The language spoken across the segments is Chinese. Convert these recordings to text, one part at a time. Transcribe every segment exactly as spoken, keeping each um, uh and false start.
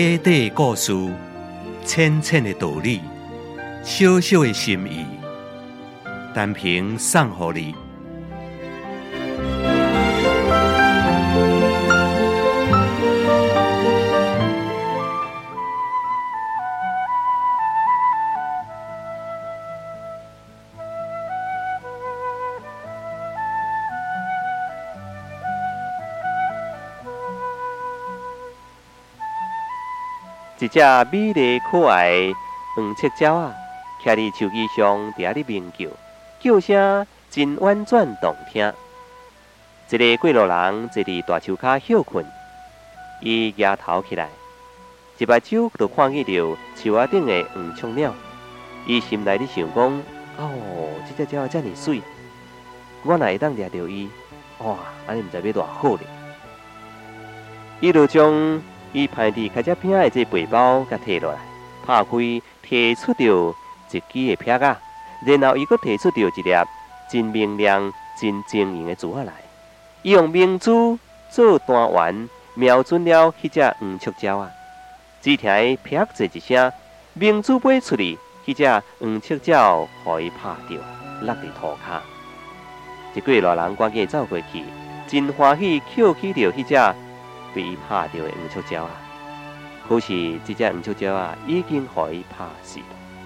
短短的故事，浅浅的道理，小小的心意，单凭送予你。一只美丽可爱的黄雀鸟啊，徛伫树枝上，伫遐咧鸣叫，叫声真婉转动听。一个过路人坐伫大树骹休困，伊仰头起来，一目睭就看见着树仔顶的黄雀鸟。伊心内咧想讲：哦，这只鸟啊，遮尔水，我若会当掠着伊，哇，安尼毋知要偌好咧！伊就将伊派伫开只片的这背包，甲摕落来，拍开，摕出着一支的撇仔，然后伊阁摕出着一粒真明亮、真晶莹的珠仔来。伊用明珠做单丸，瞄准了迄只黄雀鸟啊。只听伊啪一一声，明珠飞出去，迄只黄雀鸟互伊拍着，落伫涂骹。一个路人赶紧走过去，真欢喜捡起着迄只被伊拍着的黄雀鸟啊！可是这只黄雀鸟啊，已经互伊拍死了。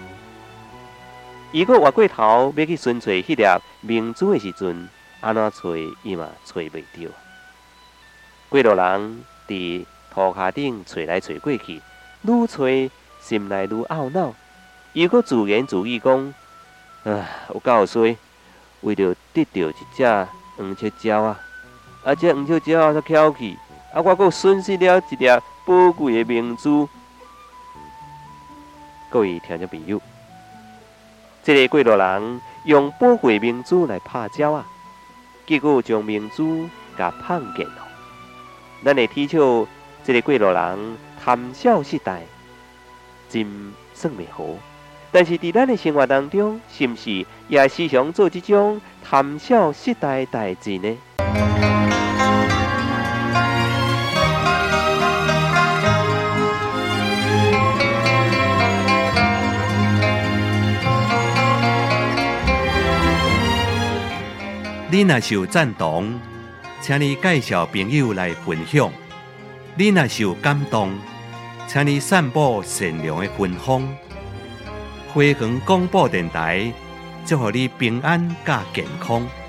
伊阁活过头要去寻找迄粒明珠的时阵，安怎找伊嘛找袂着。过路人伫涂骹顶找来找过去，愈找心内愈懊恼。伊阁自言自语讲：啊，有够衰！为着得到一只黄雀鸟啊，啊，这黄雀鸟啊，才巧去。啊！我阁损失了一粒宝贵的明珠。各位听众朋友，这个过路人用宝贵明珠来拍鸟啊，结果将明珠甲碰见了。咱会提笑这个过路人贪小失大，真算袂好。但是伫咱的生活当中，是毋是也时常做这种贪小失大的代志呢？你若是有赞同，请你介绍朋友来分享；你若是有感动，请你散布善良的芬芳。花园广播电台，祝福你平安甲健康。